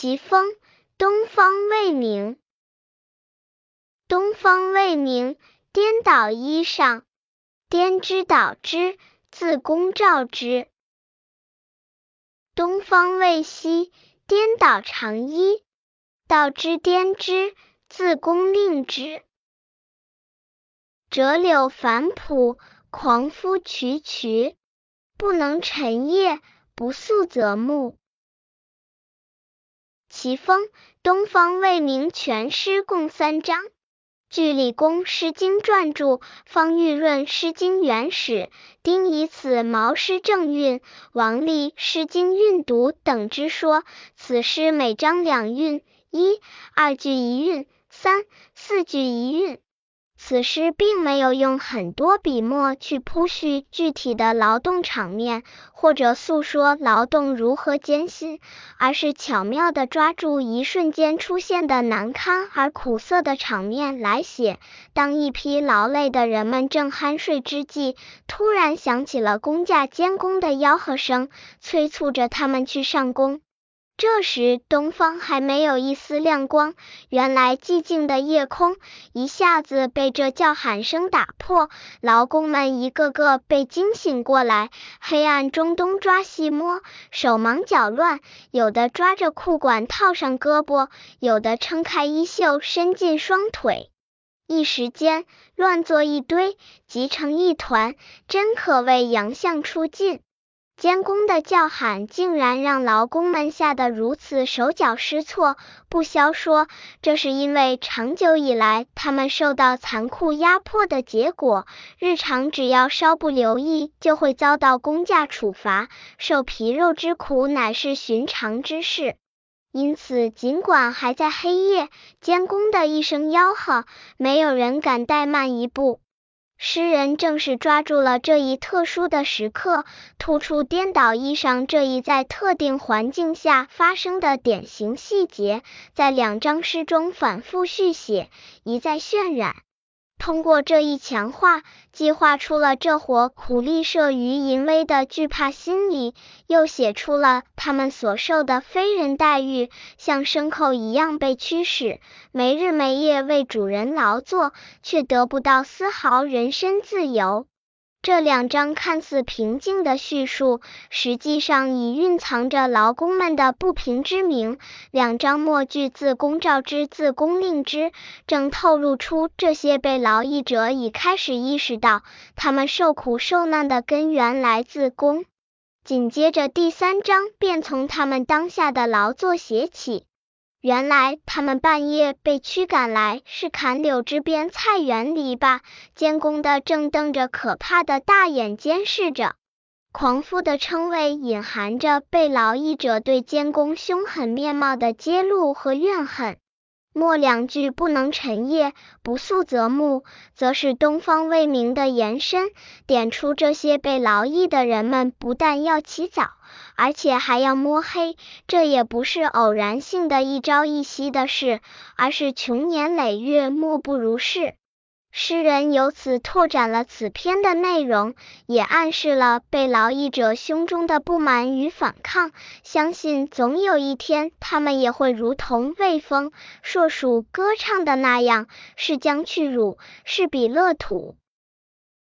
其风，东方未明。东方未明，颠倒衣裳。颠之倒之，自宫照之。东方未息，颠倒长衣。道之颠之，自宫令之。折柳繁朴，狂夫衢衢。不能晨夜，不肃则暮。其风，东方未明全诗共3章。据李公《诗经传注》，方玉润《诗经原始》，丁以此毛诗正韵，王立《诗经韵读》等之说，此诗每章2韵，1、2句一韵，3、4句一韵。此诗并没有用很多笔墨去铺叙具体的劳动场面，或者诉说劳动如何艰辛，而是巧妙地抓住一瞬间出现的难堪而苦涩的场面来写。当一批劳累的人们正酣睡之际，突然响起了工匠监工的吆喝声，催促着他们去上工。这时东方还没有一丝亮光，原来寂静的夜空一下子被这叫喊声打破，劳工们一个个被惊醒过来，黑暗中东抓西摸，手忙脚乱，有的抓着裤管套上胳膊，有的撑开衣袖伸进双腿，一时间乱作一堆，急成一团，真可谓洋相出尽。监工的叫喊竟然让劳工们吓得如此手脚失措，不消说，这是因为长久以来他们受到残酷压迫的结果，日常只要稍不留意就会遭到工价处罚，受皮肉之苦乃是寻常之事。因此尽管还在黑夜，监工的一声吆喝，没有人敢怠慢一步。诗人正是抓住了这一特殊的时刻，突出颠倒衣裳这一在特定环境下发生的典型细节，在2章诗中反复续写，一再渲染。通过这一强化，既画出了这伙苦力慑于淫威的惧怕心理，又写出了他们所受的非人待遇，像牲口一样被驱使，没日没夜为主人劳作，却得不到丝毫人身自由。这2章看似平静的叙述，实际上已蕴藏着劳工们的不平之鸣。2章末句自宫照之，自宫令之，正透露出这些被劳役者已开始意识到，他们受苦受难的根源来自宫。紧接着第3章便从他们当下的劳作写起。原来他们半夜被驱赶来，是砍柳枝边菜园篱笆，监工的正瞪着可怕的大眼监视着。狂夫的称谓隐含着被劳役者对监工凶狠面貌的揭露和怨恨。末2句不能晨夜，不肃则暮，则是东方未明的延伸，点出这些被劳役的人们不但要起早，而且还要摸黑，这也不是偶然性的一朝一夕的事，而是穷年累月莫不如是。诗人由此拓展了此篇的内容，也暗示了被劳役者胸中的不满与反抗，相信总有一天他们也会如同魏风、硕鼠歌唱的那样，是将去辱，是彼乐土。